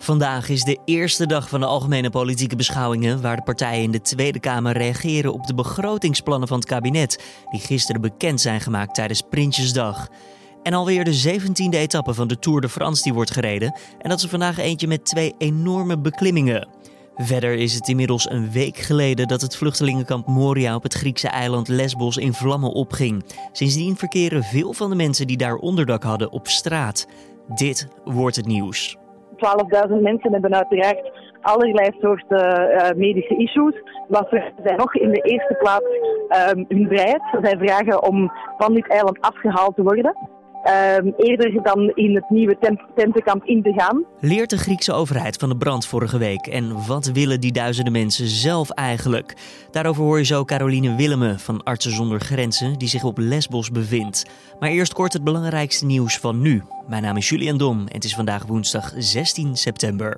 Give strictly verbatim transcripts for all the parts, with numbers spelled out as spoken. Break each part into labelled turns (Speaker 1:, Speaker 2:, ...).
Speaker 1: Vandaag is de eerste dag van de algemene politieke beschouwingen, waar de partijen in de Tweede Kamer reageren op de begrotingsplannen van het kabinet, die gisteren bekend zijn gemaakt tijdens Prinsjesdag. En alweer de zeventiende etappe van de Tour de France die wordt gereden, en dat is er vandaag eentje met twee enorme beklimmingen. Verder is het inmiddels een week geleden dat het vluchtelingenkamp Moria op het Griekse eiland Lesbos in vlammen opging. Sindsdien verkeren veel van de mensen die daar onderdak hadden op straat. Dit wordt het nieuws.
Speaker 2: twaalfduizend mensen hebben uiteraard allerlei soorten uh, medische issues. Wat we zijn nog in de eerste plaats um, hun vrijheid. Zij vragen om van dit eiland afgehaald te worden. Um, eerder dan in het nieuwe tent- tentenkamp in te gaan.
Speaker 1: Leert de Griekse overheid van de brand vorige week? En wat willen die duizenden mensen zelf eigenlijk? Daarover hoor je zo Caroline Willemme van Artsen zonder Grenzen, die zich op Lesbos bevindt. Maar eerst kort het belangrijkste nieuws van nu. Mijn naam is Julian Dom en het is vandaag woensdag zestien september.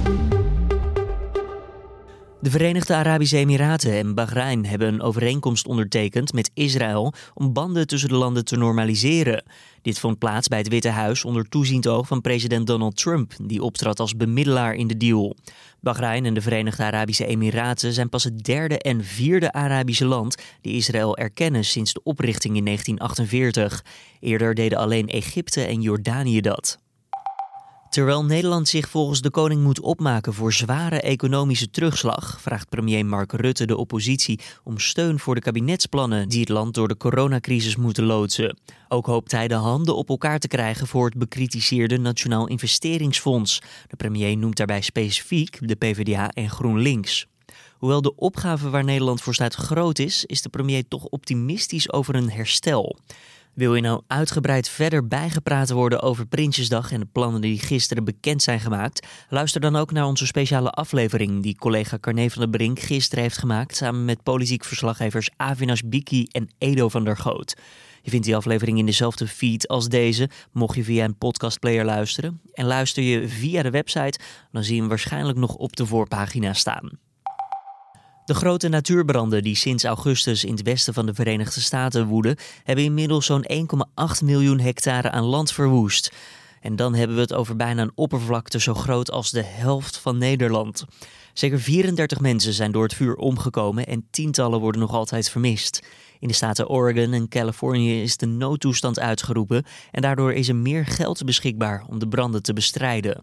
Speaker 1: De Verenigde Arabische Emiraten en Bahrein hebben een overeenkomst ondertekend met Israël om banden tussen de landen te normaliseren. Dit vond plaats bij het Witte Huis onder toeziend oog van president Donald Trump, die optrad als bemiddelaar in de deal. Bahrein en de Verenigde Arabische Emiraten zijn pas het derde en vierde Arabische land die Israël erkennen sinds de oprichting in negentien achtenveertig. Eerder deden alleen Egypte en Jordanië dat. Terwijl Nederland zich volgens de koning moet opmaken voor zware economische terugslag, vraagt premier Mark Rutte de oppositie om steun voor de kabinetsplannen die het land door de coronacrisis moeten loodsen. Ook hoopt hij de handen op elkaar te krijgen voor het bekritiseerde Nationaal Investeringsfonds. De premier noemt daarbij specifiek de PvdA en GroenLinks. Hoewel de opgave waar Nederland voor staat groot is, is de premier toch optimistisch over een herstel. Wil je nou uitgebreid verder bijgepraat worden over Prinsjesdag en de plannen die gisteren bekend zijn gemaakt? Luister dan ook naar onze speciale aflevering die collega Carne van der Brink gisteren heeft gemaakt samen met politiek verslaggevers Avinash Biki en Edo van der Goot. Je vindt die aflevering in dezelfde feed als deze, mocht je via een podcastplayer luisteren. En luister je via de website, dan zie je hem waarschijnlijk nog op de voorpagina staan. De grote natuurbranden die sinds augustus in het westen van de Verenigde Staten woeden, hebben inmiddels zo'n één komma acht miljoen hectare aan land verwoest. En dan hebben we het over bijna een oppervlakte zo groot als de helft van Nederland. Zeker vierendertig mensen zijn door het vuur omgekomen en tientallen worden nog altijd vermist. In de staten Oregon en Californië is de noodtoestand uitgeroepen en daardoor is er meer geld beschikbaar om de branden te bestrijden.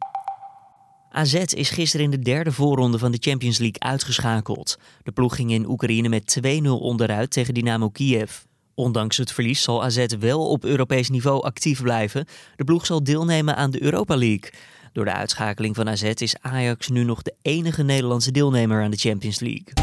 Speaker 1: A Z is gisteren in de derde voorronde van de Champions League uitgeschakeld. De ploeg ging in Oekraïne met twee nul onderuit tegen Dynamo Kiev. Ondanks het verlies zal A Z wel op Europees niveau actief blijven. De ploeg zal deelnemen aan de Europa League. Door de uitschakeling van A Z is Ajax nu nog de enige Nederlandse deelnemer aan de Champions League.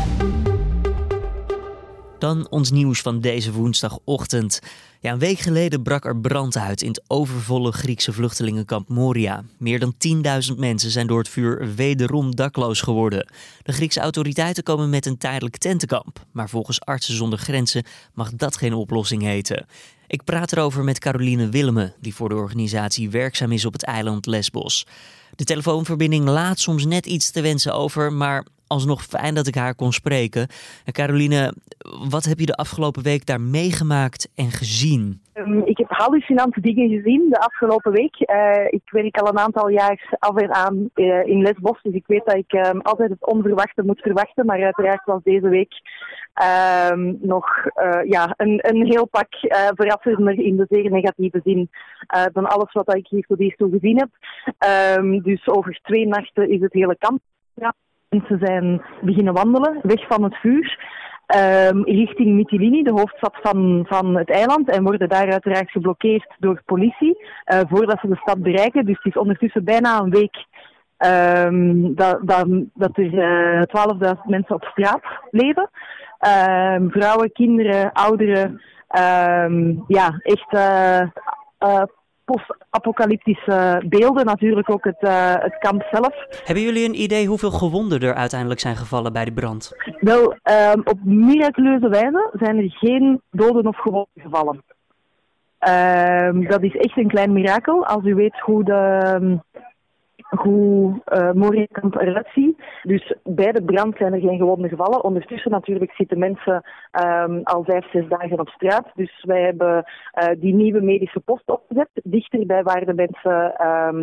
Speaker 1: Dan ons nieuws van deze woensdagochtend. Ja, een week geleden brak er brand uit in het overvolle Griekse vluchtelingenkamp Moria. Meer dan tienduizend mensen zijn door het vuur wederom dakloos geworden. De Griekse autoriteiten komen met een tijdelijk tentenkamp. Maar volgens Artsen zonder Grenzen mag dat geen oplossing heten. Ik praat erover met Caroline Willemme, die voor de organisatie werkzaam is op het eiland Lesbos. De telefoonverbinding laat soms net iets te wensen over, maar alsnog fijn dat ik haar kon spreken. En Caroline, wat heb je de afgelopen week daar meegemaakt en gezien?
Speaker 2: Um, ik heb hallucinante dingen gezien de afgelopen week. Uh, ik werk al een aantal jaar af en aan uh, in Lesbos, dus ik weet dat ik um, altijd het onverwachte moet verwachten. Maar uiteraard was deze week um, nog uh, ja, een, een heel pak uh, verrassender in de zeer negatieve zin uh, dan alles wat ik hier tot hiertoe gezien heb. Um, dus over twee nachten is het hele kamp. Ja. Mensen zijn beginnen wandelen, weg van het vuur, um, richting Mytilini, de hoofdstad van, van het eiland, en worden daar uiteraard geblokkeerd door politie uh, voordat ze de stad bereiken. Dus het is ondertussen bijna een week um, dat, dat, dat er uh, twaalfduizend mensen op straat leven. Um, vrouwen, kinderen, ouderen, um, ja, echt uh, uh, post-apocalyptische beelden, natuurlijk ook het, uh, het kamp zelf.
Speaker 1: Hebben jullie een idee hoeveel gewonden er uiteindelijk zijn gevallen bij de brand?
Speaker 2: Wel, um, op miraculeuze wijze zijn er geen doden of gewonden gevallen. Um, dat is echt een klein mirakel. Als u weet hoe de, um, hoe uh, Moria-kamp eruit ziet. Dus bij de brand zijn er geen gewonden gevallen. Ondertussen natuurlijk zitten mensen um, al vijf, zes dagen op straat. Dus wij hebben uh, die nieuwe medische post opgezet, dichter bij waar de mensen um,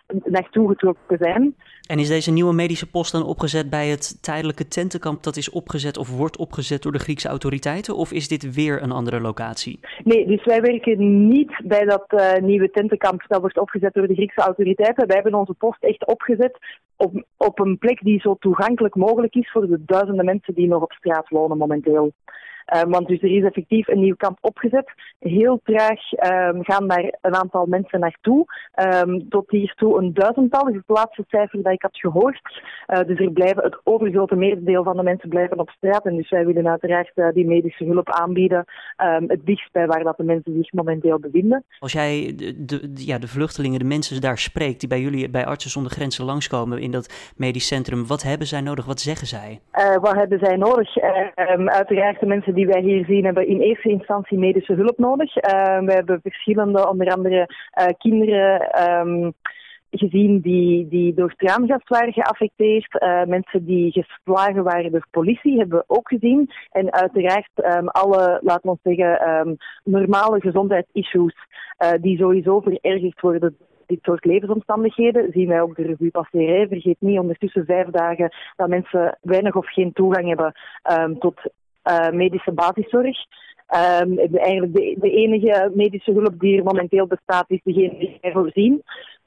Speaker 2: naartoe getrokken zijn.
Speaker 1: En is deze nieuwe medische post dan opgezet bij het tijdelijke tentenkamp dat is opgezet of wordt opgezet door de Griekse autoriteiten? Of is dit weer een andere locatie?
Speaker 2: Nee, dus wij werken niet bij dat uh, nieuwe tentenkamp dat wordt opgezet door de Griekse autoriteiten. Wij hebben onze post echt opgezet op, op een plek die zo toegankelijk mogelijk is voor de duizenden mensen die nog op straat wonen momenteel. Uh, want dus er is effectief een nieuw kamp opgezet. Heel traag um, gaan daar een aantal mensen naartoe. Um, tot hiertoe een duizendtal, dat is het laatste cijfer dat ik had gehoord. Uh, dus er blijven het overgrote merendeel van de mensen blijven op straat. En dus wij willen uiteraard uh, die medische hulp aanbieden. Um, het dichtst bij waar dat de mensen zich momenteel bevinden.
Speaker 1: Als jij de, de, ja, de vluchtelingen, de mensen daar spreekt die bij jullie bij Artsen zonder Grenzen langskomen in dat medisch centrum. Wat hebben zij nodig? Wat zeggen zij?
Speaker 2: Uh, wat hebben zij nodig? Uh, um, uiteraard de mensen die wij hier zien hebben in eerste instantie medische hulp nodig. Uh, we hebben verschillende, onder andere uh, kinderen um, gezien die, die door traangas waren geaffecteerd. Uh, mensen die geslagen waren door politie hebben we ook gezien. En uiteraard um, alle, laten we zeggen, um, normale gezondheidsissues uh, die sowieso verergerd worden. Dit soort levensomstandigheden zien wij ook de revue passeren. Vergeet niet ondertussen vijf dagen dat mensen weinig of geen toegang hebben um, tot uh, medische basiszorg. Um, eigenlijk de, de enige medische hulp die er momenteel bestaat is degene die wij voorzien.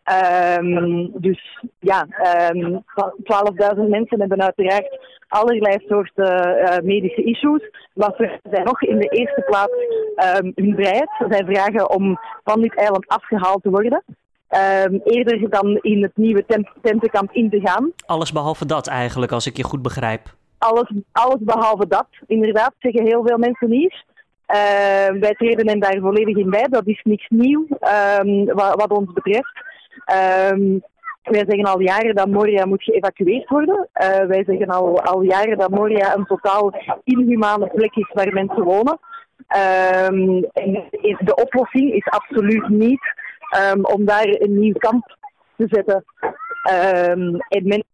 Speaker 2: Um, dus ja, um, twaalfduizend mensen hebben uiteraard allerlei soorten uh, medische issues. Wat we zijn nog in de eerste plaats um, hun vrijheid. Zij vragen om van dit eiland afgehaald te worden. Um, eerder dan in het nieuwe tent- tentenkamp in te gaan.
Speaker 1: Alles behalve dat eigenlijk, als ik je goed begrijp.
Speaker 2: Alles, alles behalve dat, inderdaad, zeggen heel veel mensen niet. Uh, wij treden hen daar volledig in bij, dat is niks nieuw um, wat, wat ons betreft. Um, wij zeggen al jaren dat Moria moet geëvacueerd worden. Uh, wij zeggen al, al jaren dat Moria een totaal inhumane plek is waar mensen wonen. Um, en de oplossing is absoluut niet um, om daar een nieuw kamp te zetten. Um, en mensen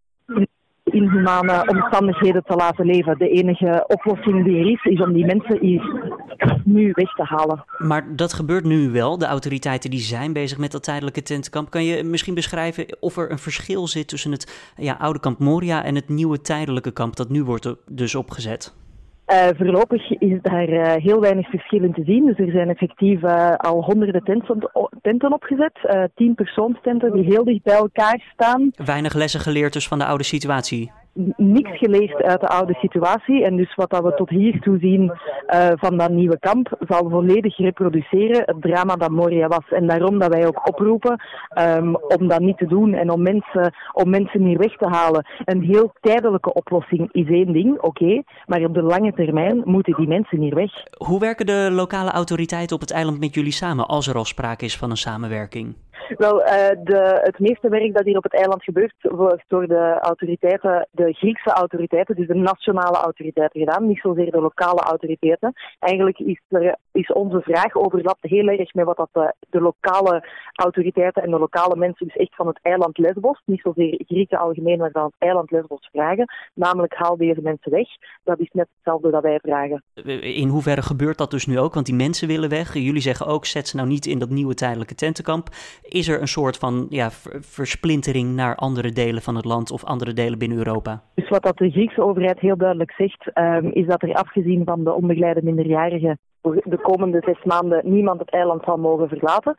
Speaker 2: inhumane omstandigheden te laten leven. De enige oplossing die er is, is om die mensen hier nu weg te halen.
Speaker 1: Maar dat gebeurt nu wel. De autoriteiten die zijn bezig met dat tijdelijke tentenkamp. Kan je misschien beschrijven of er een verschil zit tussen het ja, oude kamp Moria en het nieuwe tijdelijke kamp dat nu wordt dus opgezet?
Speaker 2: Uh, voorlopig is daar uh, heel weinig verschil in te zien. Dus er zijn effectief uh, al honderden tenten, tenten opgezet. Uh, tien persoonstenten die heel dicht bij elkaar staan.
Speaker 1: Weinig lessen geleerd dus van de oude situatie?
Speaker 2: Niks geleerd uit de oude situatie. En dus wat dat we tot hiertoe zien uh, van dat nieuwe kamp zal volledig reproduceren het drama dat Moria was. En daarom dat wij ook oproepen um, om dat niet te doen en om mensen, om mensen hier weg te halen. Een heel tijdelijke oplossing is één ding, oké. Okay, maar op de lange termijn moeten die mensen hier weg.
Speaker 1: Hoe werken de lokale autoriteiten op het eiland met jullie samen als er al sprake is van een samenwerking?
Speaker 2: Wel, uh, de, het meeste werk dat hier op het eiland gebeurt, wordt door de autoriteiten, de Griekse autoriteiten, dus de nationale autoriteiten gedaan, niet zozeer de lokale autoriteiten. Eigenlijk is, er, is onze vraag overlapt heel erg met wat dat de, de lokale autoriteiten en de lokale mensen dus echt van het eiland Lesbos, niet zozeer Grieken algemeen, maar van het eiland Lesbos vragen. Namelijk, haal deze mensen weg. Dat is net hetzelfde dat wij vragen.
Speaker 1: In hoeverre gebeurt dat dus nu ook? Want die mensen willen weg. Jullie zeggen ook, zet ze nou niet in dat nieuwe tijdelijke tentenkamp. Is er een soort van ja, versplintering naar andere delen van het land of andere delen binnen Europa?
Speaker 2: Dus wat dat de Griekse overheid heel duidelijk zegt, um, is dat er afgezien van de onbegeleide minderjarigen voor de komende zes maanden niemand het eiland zal mogen verlaten.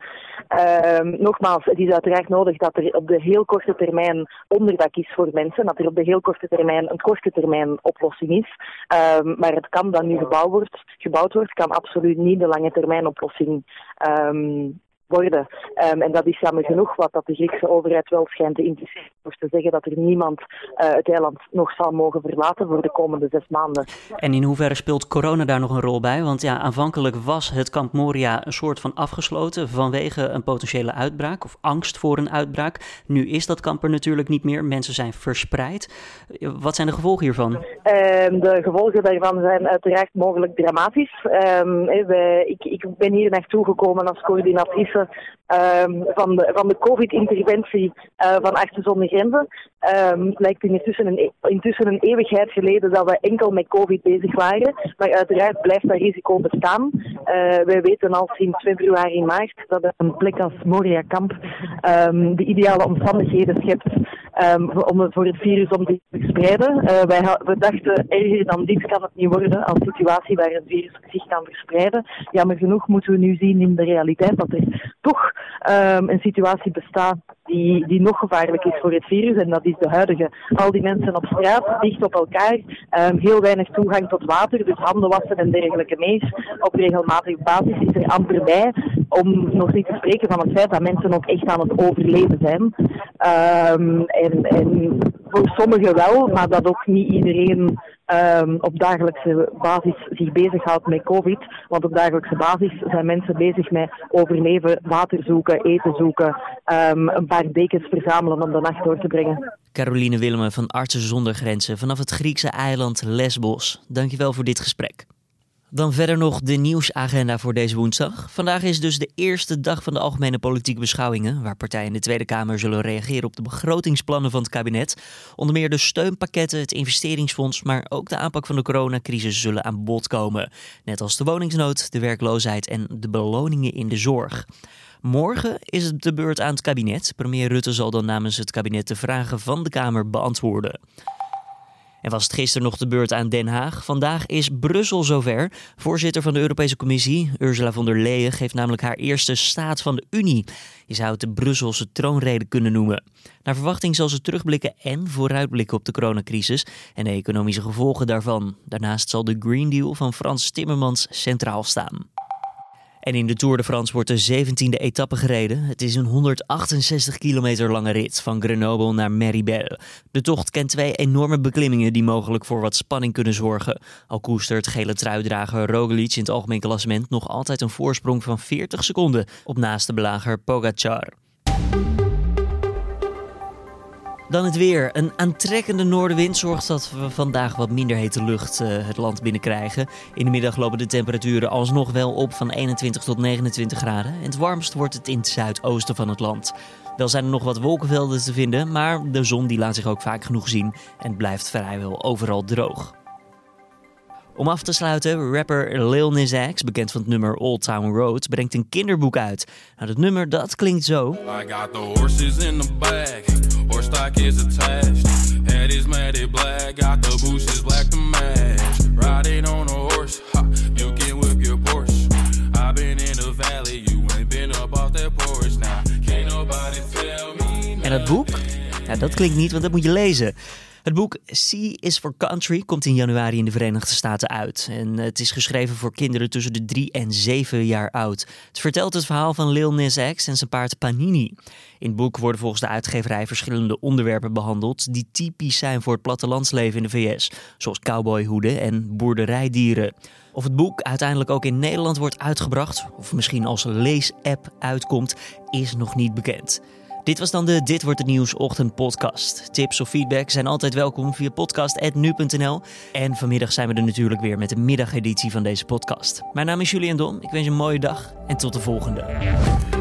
Speaker 2: Um, nogmaals, het is uiteraard nodig dat er op de heel korte termijn onderdak is voor mensen, dat er op de heel korte termijn een korte termijn oplossing is. Um, maar het kan dat nu gebouwd wordt, gebouwd wordt, kan absoluut niet de lange termijn oplossing um, worden. Um, en dat is jammer genoeg wat dat de Griekse overheid wel schijnt te interesseren. Door te zeggen dat er niemand uh, het eiland nog zal mogen verlaten voor de komende zes maanden.
Speaker 1: En in hoeverre speelt corona daar nog een rol bij? Want ja, aanvankelijk was het kamp Moria een soort van afgesloten vanwege een potentiële uitbraak of angst voor een uitbraak. Nu is dat kamp er natuurlijk niet meer. Mensen zijn verspreid. Wat zijn de gevolgen hiervan?
Speaker 2: Um, de gevolgen daarvan zijn uiteraard mogelijk dramatisch. Um, wij, ik, ik ben hier naartoe gekomen als coördinatrice um, van de, van de COVID-interventie uh, van Artsen zonder Grenzen. Um, het lijkt intussen een, intussen een eeuwigheid geleden dat we enkel met COVID bezig waren. Maar uiteraard blijft dat risico bestaan. Uh, wij weten al sinds februari, maart dat een plek als Moria Kamp um, de ideale omstandigheden schept um, om, voor het virus om te verspreiden. Uh, wij ha- we dachten, erger dan dit kan het niet worden als situatie waar het virus zich kan verspreiden. Jammer genoeg moeten we nu zien in de realiteit dat er toch um, een situatie bestaat die, die nog gevaarlijk is voor het virus. En dat is de huidige. Al die mensen op straat, dicht op elkaar, um, heel weinig toegang tot water, dus handen wassen en dergelijke meer op regelmatige basis is er amper bij. Om nog niet te spreken van het feit dat mensen ook echt aan het overleven zijn. Um, en, en voor sommigen wel, maar dat ook niet iedereen um, op dagelijkse basis zich bezighoudt met COVID. Want op dagelijkse basis zijn mensen bezig met overleven, water zoeken, eten zoeken, um, een paar dekens verzamelen om de nacht door te brengen.
Speaker 1: Caroline Willemen van Artsen zonder Grenzen vanaf het Griekse eiland Lesbos. Dankjewel voor dit gesprek. Dan verder nog de nieuwsagenda voor deze woensdag. Vandaag is dus de eerste dag van de algemene politieke beschouwingen, waar partijen in de Tweede Kamer zullen reageren op de begrotingsplannen van het kabinet. Onder meer de steunpakketten, het investeringsfonds, maar ook de aanpak van de coronacrisis zullen aan bod komen. Net als de woningsnood, de werkloosheid en de beloningen in de zorg. Morgen is het de beurt aan het kabinet. Premier Rutte zal dan namens het kabinet de vragen van de Kamer beantwoorden. En was het gisteren nog de beurt aan Den Haag? Vandaag is Brussel zover. Voorzitter van de Europese Commissie, Ursula von der Leyen, geeft namelijk haar eerste staat van de Unie. Je zou het de Brusselse troonrede kunnen noemen. Naar verwachting zal ze terugblikken en vooruitblikken op de coronacrisis en de economische gevolgen daarvan. Daarnaast zal de Green Deal van Frans Timmermans centraal staan. En in de Tour de France wordt de zeventiende etappe gereden. Het is een honderdachtenzestig kilometer lange rit van Grenoble naar Méribel. De tocht kent twee enorme beklimmingen die mogelijk voor wat spanning kunnen zorgen. Al koestert gele truidrager Roglic in het algemeen klassement nog altijd een voorsprong van veertig seconden op naaste belager Pogacar. Dan het weer. Een aantrekkende noordenwind zorgt dat we vandaag wat minder hete lucht uh, het land binnenkrijgen. In de middag lopen de temperaturen alsnog wel op van eenentwintig tot negenentwintig graden. En het warmst wordt het in het zuidoosten van het land. Wel zijn er nog wat wolkenvelden te vinden, maar de zon die laat zich ook vaak genoeg zien en het blijft vrijwel overal droog. Om af te sluiten, rapper Lil Nas X, bekend van het nummer Old Town Road, brengt een kinderboek uit. Nou, dat nummer dat klinkt zo.
Speaker 3: I got the horses in the bag, horse stock is attached. Head is matted black, got the bushes black to match. Riding on a horse, ha, you can whip your Porsche. I've been in the valley, you ain't been up off that porch. Now, can't nobody tell me.
Speaker 1: En dat boek? Ja, dat klinkt niet, want dat moet je lezen. Het boek C is for Country komt in januari in de Verenigde Staten uit. En het is geschreven voor kinderen tussen de drie en zeven jaar oud. Het vertelt het verhaal van Lil Nas X en zijn paard Panini. In het boek worden volgens de uitgeverij verschillende onderwerpen behandeld die typisch zijn voor het plattelandsleven in de V S. Zoals cowboyhoeden en boerderijdieren. Of het boek uiteindelijk ook in Nederland wordt uitgebracht, of misschien als lees-app uitkomt, is nog niet bekend. Dit was dan de Dit Wordt Het Nieuws ochtendpodcast. Tips of feedback zijn altijd welkom via podcast punt nu punt n l. En vanmiddag zijn we er natuurlijk weer met de middageditie van deze podcast. Mijn naam is Julian Dom, ik wens je een mooie dag en tot de volgende.